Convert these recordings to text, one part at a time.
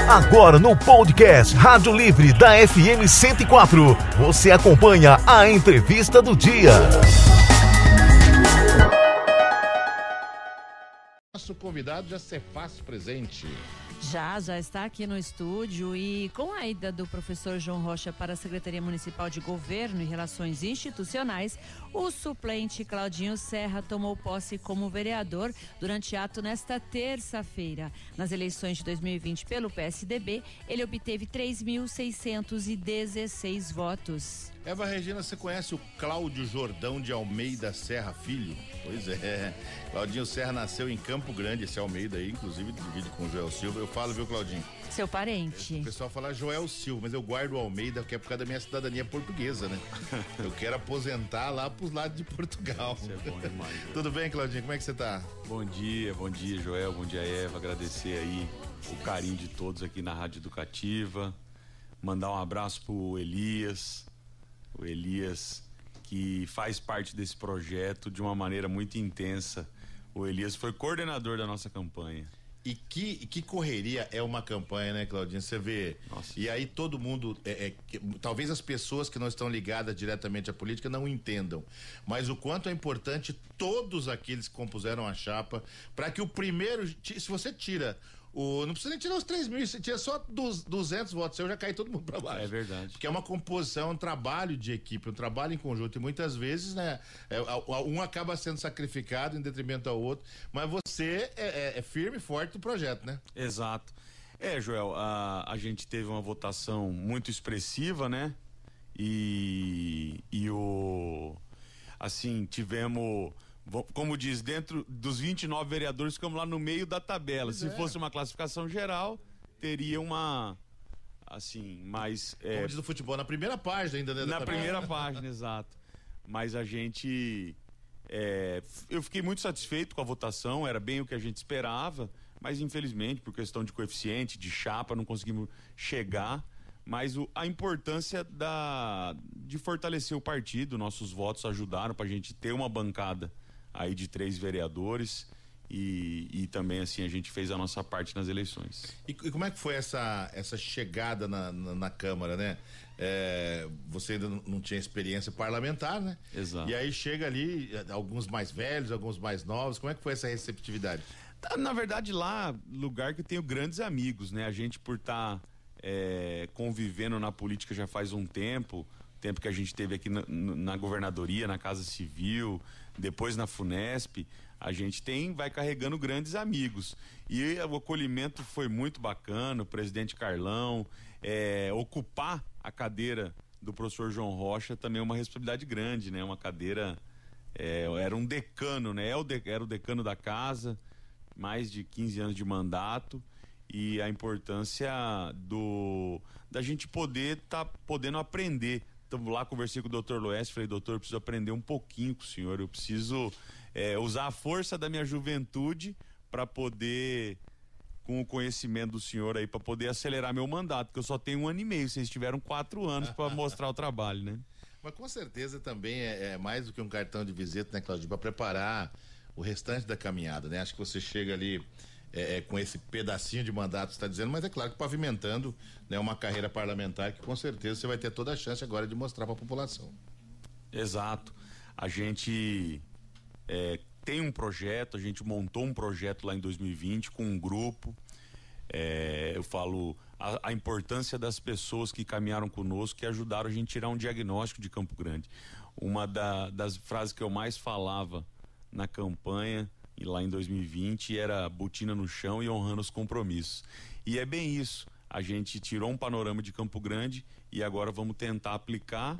Agora no podcast Rádio Livre da FM 104, você acompanha a entrevista do dia. Nosso convidado já se faz presente. Já está aqui no estúdio e com a ida do professor João Rocha para a Secretaria Municipal de Governo e Relações Institucionais, o suplente Claudinho Serra tomou posse como vereador durante ato nesta terça-feira. Nas eleições de 2020 pelo PSDB, ele obteve 3.616 votos. Eva Regina, você conhece o Cláudio Jordão de Almeida Serra Filho? Pois é, Claudinho Serra nasceu em Campo Grande, esse Almeida aí, inclusive divide com o Joel Silva. Eu falo, viu, Claudinho? Seu parente. O pessoal fala Joel Silva, mas eu guardo o Almeida, que é por causa da minha cidadania portuguesa, né? Eu quero aposentar lá pros lados de Portugal. Isso é bom demais. Tudo bem, Claudinho? Como é que você tá? Bom dia, Joel, bom dia, Eva. Agradecer aí o carinho de todos aqui na Rádio Educativa. Mandar um abraço pro Elias. O Elias, que faz parte desse projeto de uma maneira muito intensa. O Elias foi coordenador da nossa campanha. E que correria é uma campanha, né, Claudinho? Você vê. Nossa. E aí todo mundo, talvez as pessoas que não estão ligadas diretamente à política não entendam, mas o quanto é importante todos aqueles que compuseram a chapa para que o primeiro, se você tira não precisa nem tirar os 3.000, se tira só 200 votos, já cai todo mundo para baixo. É verdade. Porque é uma composição, um trabalho de equipe, um trabalho em conjunto, e muitas vezes, né, um acaba sendo sacrificado em detrimento ao outro, mas você é firme e forte do projeto, né? Exato. Joel, a gente teve uma votação muito expressiva, né? Tivemos, como diz, dentro dos 29 vereadores, ficamos lá no meio da tabela. Se fosse uma classificação geral, teria uma, assim, mais... Como diz o futebol, na primeira página ainda, né? Na primeira página, exato. Mas a gente... eu fiquei muito satisfeito com a votação, era bem o que a gente esperava, mas infelizmente, por questão de coeficiente, de chapa, não conseguimos chegar. Mas a importância de fortalecer o partido, nossos votos ajudaram para a gente ter uma bancada aí de 3 vereadores e também assim a gente fez a nossa parte nas eleições. E como é que foi essa chegada na Câmara, né? Você ainda não tinha experiência parlamentar, né? Exato. E aí chega ali, alguns mais velhos, alguns mais novos, como é que foi essa receptividade? Na verdade lá, lugar que eu tenho grandes amigos, né? A gente por estar convivendo na política já faz um tempo que a gente teve aqui na governadoria, na Casa Civil, depois na Funesp, a gente vai carregando grandes amigos. E o acolhimento foi muito bacana, o presidente Carlão, ocupar a cadeira do professor João Rocha também é uma responsabilidade grande, né? Uma cadeira, era um decano, né? Era o decano da casa, mais de 15 anos de mandato, e a importância da gente podendo aprender. Então lá conversei com o doutor Loeste, falei, doutor, eu preciso aprender um pouquinho com o senhor, eu preciso usar a força da minha juventude para poder, com o conhecimento do senhor aí, para poder acelerar meu mandato, porque eu só tenho 1 ano e meio, vocês tiveram 4 anos para mostrar o trabalho, né? Mas com certeza também é mais do que um cartão de visita, né, Claudio, para preparar o restante da caminhada, né? Acho que você chega ali com esse pedacinho de mandato, está dizendo, mas é claro que pavimentando, né, uma carreira parlamentar que com certeza você vai ter toda a chance agora de mostrar para a população. Exato. A gente tem um projeto, a gente montou um projeto lá em 2020 com um grupo. Eu falo a importância das pessoas que caminharam conosco, que ajudaram a gente a tirar um diagnóstico de Campo Grande. Uma das frases que eu mais falava na campanha e lá em 2020 era botina no chão e honrando os compromissos. E é bem isso. A gente tirou um panorama de Campo Grande e agora vamos tentar aplicar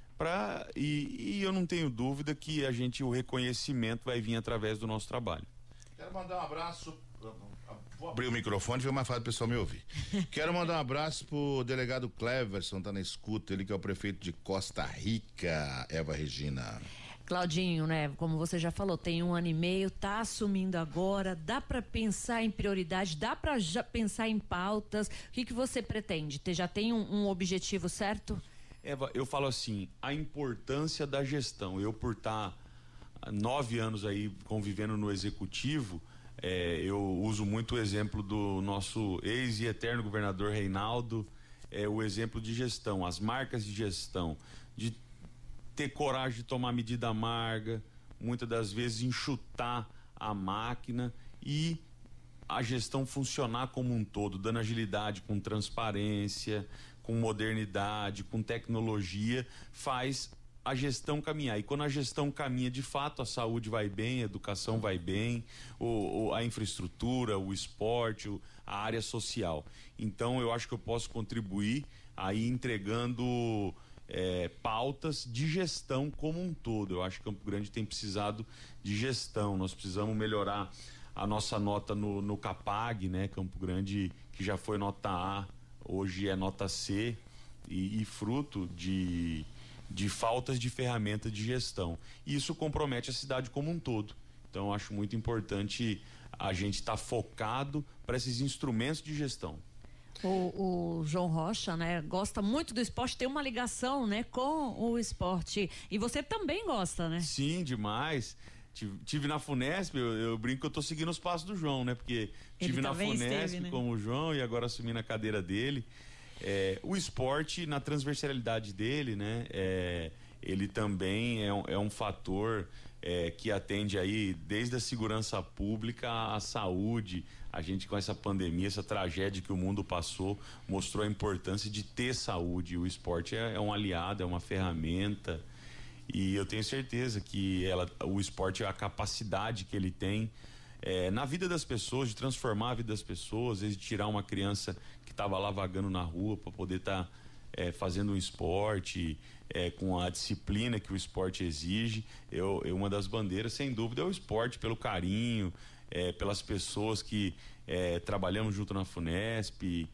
e eu não tenho dúvida que o reconhecimento vai vir através do nosso trabalho. Quero mandar um abraço. Vou abrir o microfone, fica mais fácil o pessoal me ouvir. Quero mandar um abraço pro delegado Cleverson, tá na escuta, ele que é o prefeito de Costa Rica, Eva Regina. Claudinho, né, como você já falou, tem 1 ano e meio, tá assumindo agora, dá para pensar em prioridade, dá para já pensar em pautas, o que você pretende? Já tem um objetivo certo? Eva, eu falo assim, a importância da gestão, eu por estar 9 anos aí convivendo no executivo, Eu uso muito o exemplo do nosso ex e eterno governador Reinaldo, o exemplo de gestão, as marcas de gestão, de ter coragem de tomar medida amarga, muitas das vezes enxutar a máquina e a gestão funcionar como um todo, dando agilidade, com transparência, com modernidade, com tecnologia, faz a gestão caminhar. E quando a gestão caminha de fato, a saúde vai bem, a educação vai bem, a infraestrutura, o esporte, a área social. Então eu acho que eu posso contribuir aí entregando pautas de gestão como um todo. Eu acho que Campo Grande tem precisado de gestão. Nós precisamos melhorar a nossa nota no CAPAG, né? Campo Grande, que já foi nota A, hoje é nota C, e fruto de faltas de ferramentas de gestão. E isso compromete a cidade como um todo. Então eu acho muito importante a gente estar focado para esses instrumentos de gestão. O João Rocha, né, gosta muito do esporte, tem uma ligação, né, com o esporte. E você também gosta, né? Sim, demais. Tive na Funesp, eu brinco que eu tô seguindo os passos do João, né? Porque tive na Funesp, né, como o João, e agora assumi na cadeira dele. O esporte, na transversalidade dele, né? Ele também é um fator que atende aí desde a segurança pública à saúde. A gente, com essa pandemia, essa tragédia que o mundo passou, mostrou a importância de ter saúde. O esporte é um aliado, é uma ferramenta. E eu tenho certeza que o esporte, a capacidade que ele tem na vida das pessoas, de transformar a vida das pessoas, às vezes de tirar uma criança que estava lá vagando na rua para poder estar fazendo um esporte, com a disciplina que o esporte exige. Uma das bandeiras, sem dúvida, é o esporte, pelo carinho, pelas pessoas que trabalhamos junto na Funesp.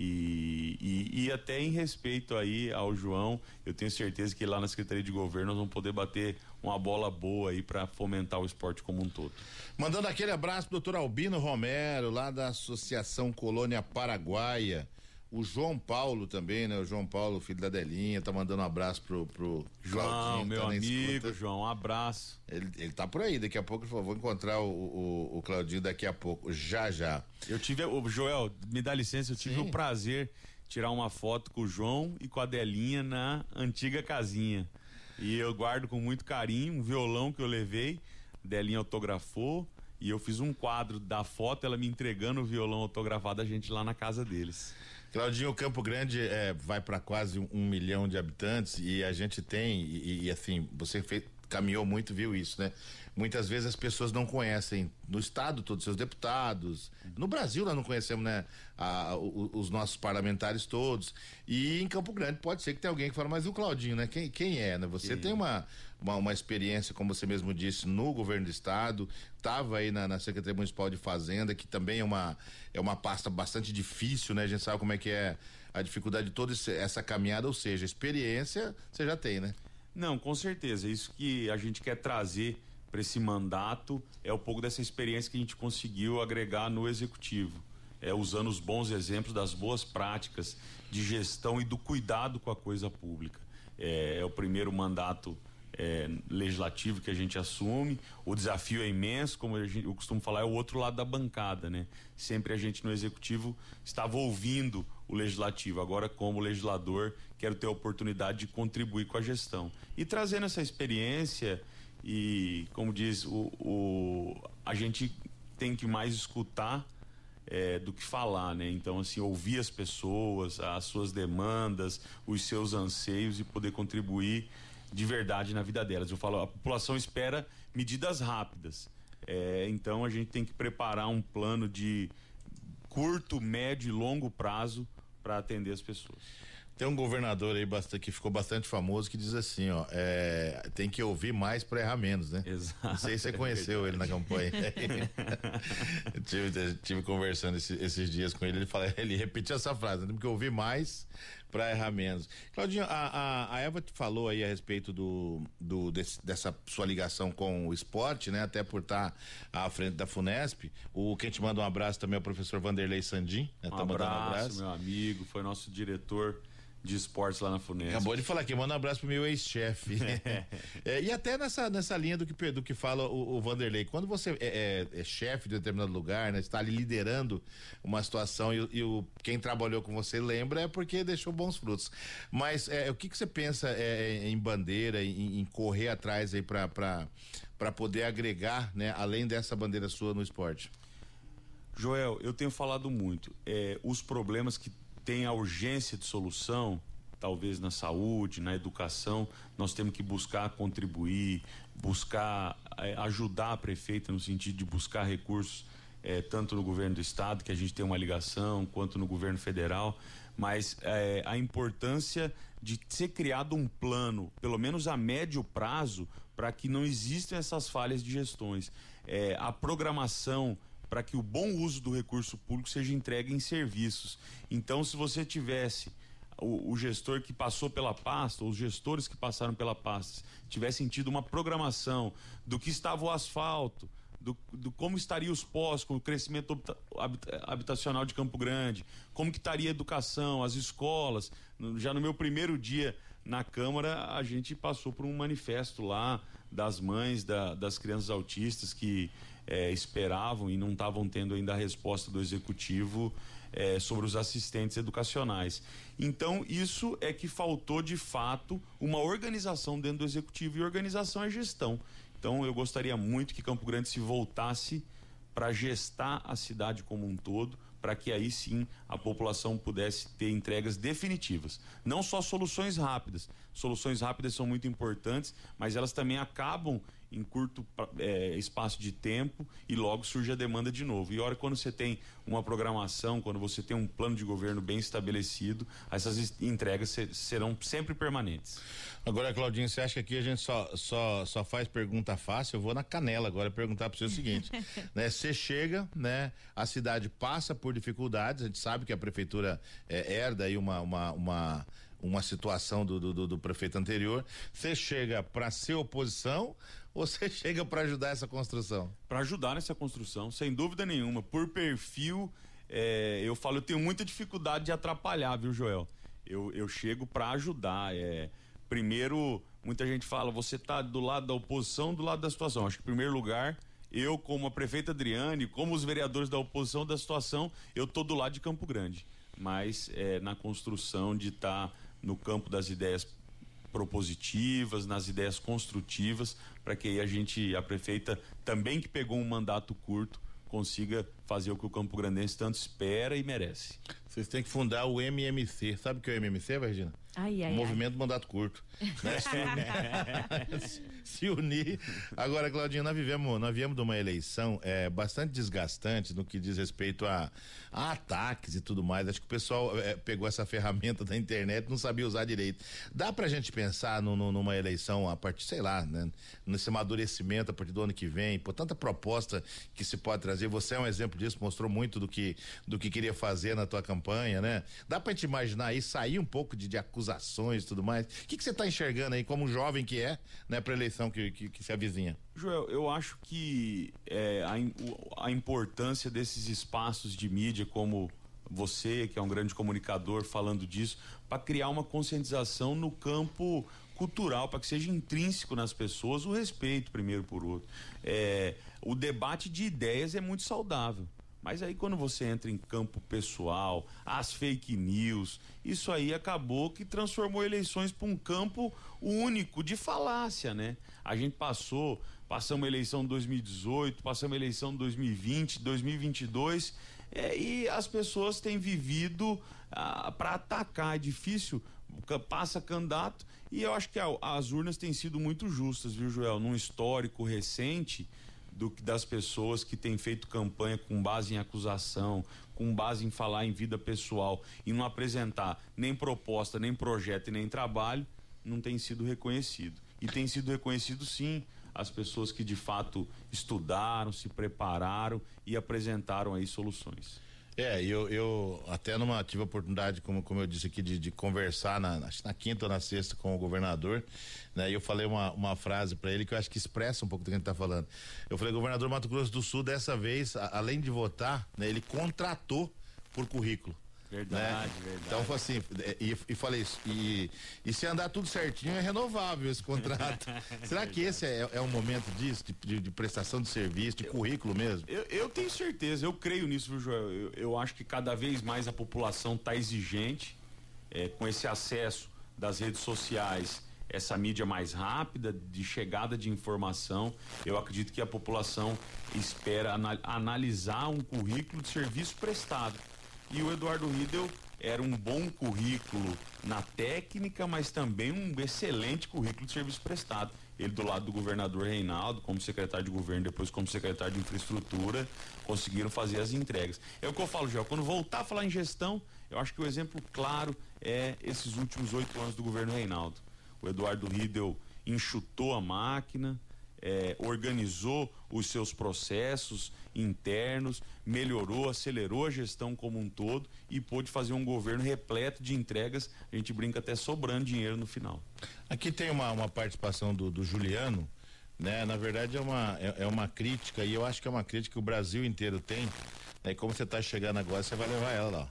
E até em respeito aí ao João, eu tenho certeza que lá na Secretaria de Governo nós vamos poder bater uma bola boa aí para fomentar o esporte como um todo. Mandando aquele abraço pro doutor Albino Romero, lá da Associação Colônia Paraguaia. O João Paulo também, né? O João Paulo, filho da Delinha, tá mandando um abraço pro João, Claudinho, meu amigo, João, um abraço. Ele tá por aí, daqui a pouco eu vou encontrar o Claudinho daqui a pouco, já. Joel, me dá licença, eu tive Sim. o prazer de tirar uma foto com o João e com a Delinha na antiga casinha. E eu guardo com muito carinho um violão que eu levei, Delinha autografou, e eu fiz um quadro da foto, ela me entregando o violão autografado, a gente lá na casa deles. Claudinho, Campo Grande vai para quase 1 milhão de habitantes e a gente tem, e assim, você caminhou muito, viu isso, né? Muitas vezes as pessoas não conhecem no estado todos os seus deputados, no Brasil nós não conhecemos, né? Os nossos parlamentares todos, e em Campo Grande pode ser que tenha alguém que fala, mas o Claudinho, né? Quem é, né? Você tem uma experiência, como você mesmo disse, no governo do estado, estava aí na Secretaria Municipal de Fazenda, que também é uma pasta bastante difícil, né? A gente sabe como é que é a dificuldade de toda essa caminhada, ou seja, experiência você já tem, né? Não, com certeza, isso que a gente quer trazer para esse mandato é um pouco dessa experiência que a gente conseguiu agregar no executivo, usando os bons exemplos das boas práticas de gestão e do cuidado com a coisa pública. É o primeiro mandato legislativo que a gente assume, o desafio é imenso, como eu costumo falar, é o outro lado da bancada, né? Sempre a gente no executivo estava ouvindo o legislativo, agora como legislador quero ter a oportunidade de contribuir com a gestão e trazendo essa experiência. E como diz, a gente tem que mais escutar do que falar, né? Então, assim, ouvir as pessoas, as suas demandas, os seus anseios e poder contribuir de verdade na vida delas. Eu falo, a população espera medidas rápidas. Então a gente tem que preparar um plano de curto, médio e longo prazo para atender as pessoas. Tem um governador aí que ficou bastante famoso que diz assim, ó, tem que ouvir mais para errar menos, né? Exato. Não sei se você conheceu ele na campanha. tive conversando esses dias com ele, ele repetiu essa frase, tem que ouvir mais para errar menos. Claudinho, a Eva falou aí a respeito dessa sua ligação com o esporte, né? Até por estar à frente da Funesp. Quem te manda um abraço também é o professor Vanderlei Sandim, né? Um abraço, meu amigo, foi nosso diretor de esportes lá na FUNESP. Acabou de falar aqui, manda um abraço pro meu ex-chefe. E até nessa linha do que fala o Vanderlei, quando você é chefe de determinado lugar, né, está ali liderando uma situação e quem trabalhou com você lembra é porque deixou bons frutos. Mas o que você pensa em bandeira, em correr atrás aí para poder agregar, né, além dessa bandeira sua no esporte? Joel, eu tenho falado muito, os problemas que tem a urgência de solução, talvez na saúde, na educação, nós temos que buscar contribuir, buscar ajudar a prefeita no sentido de buscar recursos, tanto no governo do estado, que a gente tem uma ligação, quanto no governo federal, mas a importância de ser criado um plano, pelo menos a médio prazo, para que não existam essas falhas de gestões. A programação para que o bom uso do recurso público seja entregue em serviços. Então, se você tivesse o gestor que passou pela pasta, os gestores que passaram pela pasta, tivessem tido uma programação do que estava o asfalto, do como estaria os postos com o crescimento habitacional de Campo Grande, como que estaria a educação, as escolas. Já no meu primeiro dia na Câmara, a gente passou por um manifesto lá das mães das crianças autistas que esperavam e não estavam tendo ainda a resposta do executivo sobre os assistentes educacionais. Então, isso é que faltou de fato uma organização dentro do executivo, e organização é gestão. Então, eu gostaria muito que Campo Grande se voltasse para gestar a cidade como um todo, para que aí sim a população pudesse ter entregas definitivas. Não só soluções rápidas. Soluções rápidas são muito importantes, mas elas também acabam em curto espaço de tempo e logo surge a demanda de novo. E a hora quando você tem uma programação, quando você tem um plano de governo bem estabelecido, essas entregas serão sempre permanentes. Agora, Claudinho, você acha que aqui a gente só faz pergunta fácil? Eu vou na canela agora perguntar para você o seguinte, né? Você chega, né? A cidade passa por dificuldades, a gente sabe que a prefeitura herda aí uma situação do prefeito anterior. Você chega para ser oposição ou você chega para ajudar essa construção? Para ajudar nessa construção, sem dúvida nenhuma. Por perfil, eu tenho muita dificuldade de atrapalhar, viu, Joel? Eu chego para ajudar. Primeiro, muita gente fala, você tá do lado da oposição, do lado da situação. Acho que, em primeiro lugar, eu, como a prefeita Adriane, como os vereadores da oposição da situação, eu tô do lado de Campo Grande. Mas na construção de estar no campo das ideias propositivas, nas ideias construtivas, para que aí a prefeita, também que pegou um mandato curto, consiga fazer o que o Campo Grandense tanto espera e merece. Vocês têm que fundar o MMC. Sabe o que é o MMC, Virginia? Movimento Mandato Curto. Né? Se unir. Agora, Claudinho, nós viemos de uma eleição bastante desgastante no que diz respeito a ataques e tudo mais. Acho que o pessoal pegou essa ferramenta da internet e não sabia usar direito. Dá pra gente pensar numa eleição a partir, sei lá, né? Nesse amadurecimento a partir do ano que vem, por tanta proposta que se pode trazer. Você é um exemplo disso, mostrou muito do que queria fazer na tua campanha, né? Dá pra gente imaginar aí, sair um pouco de acusações e tudo mais. O que você está enxergando aí como jovem que né, para a eleição que se avizinha? Joel, eu acho que a importância desses espaços de mídia, como você, que é um grande comunicador, falando disso, para criar uma conscientização no campo cultural, para que seja intrínseco nas pessoas o respeito primeiro por outro. O debate de ideias é muito saudável. Mas aí quando você entra em campo pessoal, as fake news, isso aí acabou que transformou eleições para um campo único de falácia, né? A gente passamos a eleição de 2018, passamos a eleição de 2020, 2022, e as pessoas têm vivido para atacar. É difícil, passa candidato, e eu acho que as urnas têm sido muito justas, viu, Joel? Num histórico recente das pessoas que têm feito campanha com base em acusação, com base em falar em vida pessoal e não apresentar nem proposta, nem projeto e nem trabalho, não tem sido reconhecido. E tem sido reconhecido sim as pessoas que de fato estudaram, se prepararam e apresentaram aí soluções. Eu até tive a oportunidade, como eu disse aqui, de conversar na quinta ou na sexta com o governador, né? E eu falei uma frase para ele que eu acho que expressa um pouco do que a gente tá falando. Eu falei, governador Mato Grosso do Sul, dessa vez, além de votar, né, ele contratou por currículo. Verdade. Então foi assim, e falei isso. E se andar tudo certinho, é renovável esse contrato. Será que esse é um momento disso, de prestação de serviço, de currículo mesmo? Eu tenho certeza, eu creio nisso, viu, Joel? Eu acho que cada vez mais a população está exigente com esse acesso das redes sociais, essa mídia mais rápida, de chegada de informação. Eu acredito que a população espera analisar um currículo de serviço prestado. E o Eduardo Riedel era um bom currículo na técnica, mas também um excelente currículo de serviço prestado. Ele do lado do governador Reinaldo, como secretário de governo, depois como secretário de infraestrutura, conseguiram fazer as entregas. É o que eu falo, Joel, quando voltar a falar em gestão, eu acho que o exemplo claro é esses últimos 8 anos do governo Reinaldo. O Eduardo Riedel enxutou a máquina, organizou os seus processos internos, melhorou, acelerou a gestão como um todo e pôde fazer um governo repleto de entregas. A gente brinca até sobrando dinheiro no final. Aqui tem uma participação do Juliano, né? Na verdade é uma crítica, e eu acho que é uma crítica que o Brasil inteiro tem, né? Como você está chegando agora, você vai levar ela lá.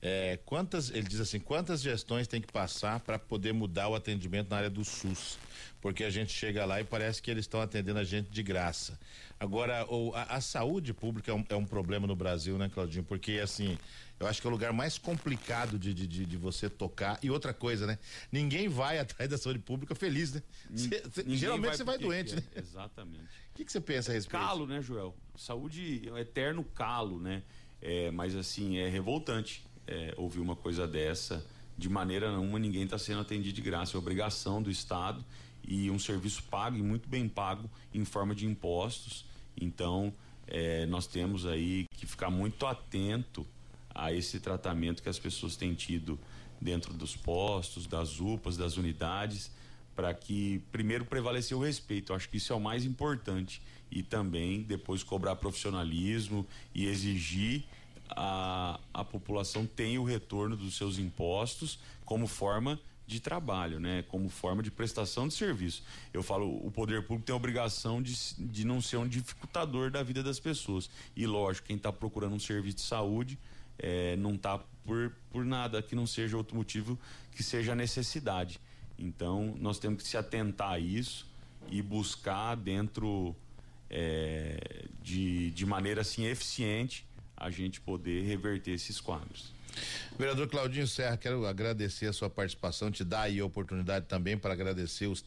Ele diz assim, quantas gestões tem que passar para poder mudar o atendimento na área do SUS? Porque a gente chega lá e parece que eles estão atendendo a gente de graça. Agora, a saúde pública é um problema no Brasil, né, Claudinho? Porque, assim, eu acho que é o lugar mais complicado de você tocar. E outra coisa, né? Ninguém vai atrás da saúde pública feliz, né? Geralmente você vai doente, né? Exatamente. O que você pensa a respeito? Calo, né, Joel? Saúde é um eterno calo, né? Mas, assim, é revoltante ouvir uma coisa dessa. De maneira nenhuma, ninguém está sendo atendido de graça. É obrigação do Estado e um serviço pago e muito bem pago em forma de impostos. Então, nós temos aí que ficar muito atento a esse tratamento que as pessoas têm tido dentro dos postos, das UPAs, das unidades, para que primeiro prevalecer o respeito. Eu acho que isso é o mais importante, e também depois cobrar profissionalismo e exigir a população tenha o retorno dos seus impostos como forma de trabalho, né? Como forma de prestação de serviço. Eu falo, o poder público tem a obrigação de não ser um dificultador da vida das pessoas. E lógico, quem está procurando um serviço de saúde não está por nada que não seja outro motivo que seja a necessidade. Então, nós temos que se atentar a isso e buscar dentro de maneira assim eficiente a gente poder reverter esses quadros. Vereador Claudinho Serra, quero agradecer a sua participação, te dar aí a oportunidade também para agradecer os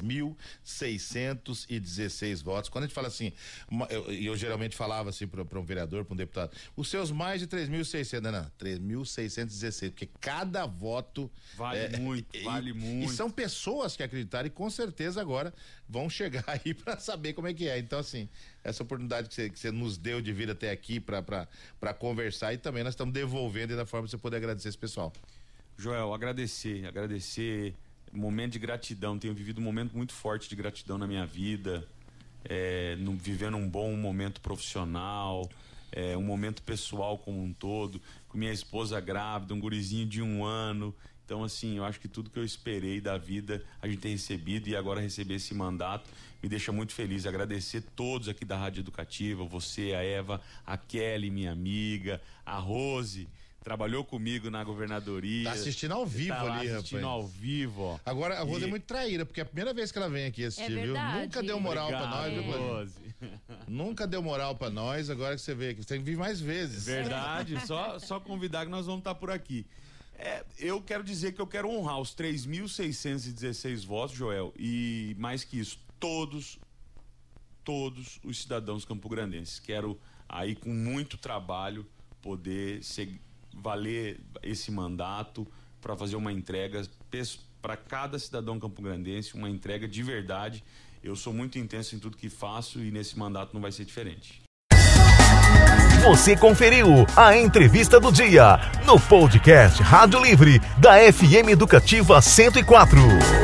3.616 votos. Quando a gente fala assim, eu geralmente falava assim para um vereador, para um deputado, os seus mais de 3.600, não, 3.616, porque cada voto vale muito. E são pessoas que acreditaram e com certeza agora vão chegar aí para saber como é que é. Então, assim, essa oportunidade que você nos deu de vir até aqui para conversar, e também nós estamos devolvendo da forma de você poder agradecer esse pessoal. Joel, agradecer, momento de gratidão. Tenho vivido um momento muito forte de gratidão na minha vida, vivendo um bom momento profissional, um momento pessoal como um todo, com minha esposa grávida, um gurizinho de 1 ano. Então, assim, eu acho que tudo que eu esperei da vida a gente tem recebido, e agora receber esse mandato me deixa muito feliz. Agradecer todos aqui da Rádio Educativa, você, a Eva, a Kelly, minha amiga, a Rose, trabalhou comigo na governadoria. Tá assistindo ao vivo ali, assistindo rapaz. ao vivo, ó. Agora, a Rose é muito traíra, porque é a primeira vez que ela vem aqui assistir, viu? Nunca deu moral pra nós, viu, Rose? Nunca deu moral pra nós, agora que você veio aqui, você tem que vir mais vezes. Verdade, só convidar que nós vamos estar por aqui. Eu quero dizer que eu quero honrar os 3.616 votos, Joel, e mais que isso, todos os cidadãos campograndenses. Quero aí, com muito trabalho, poder valer esse mandato para fazer uma entrega para cada cidadão campograndense, uma entrega de verdade. Eu sou muito intenso em tudo que faço e nesse mandato não vai ser diferente. Você conferiu a entrevista do dia no podcast Rádio Livre da FM Educativa 104.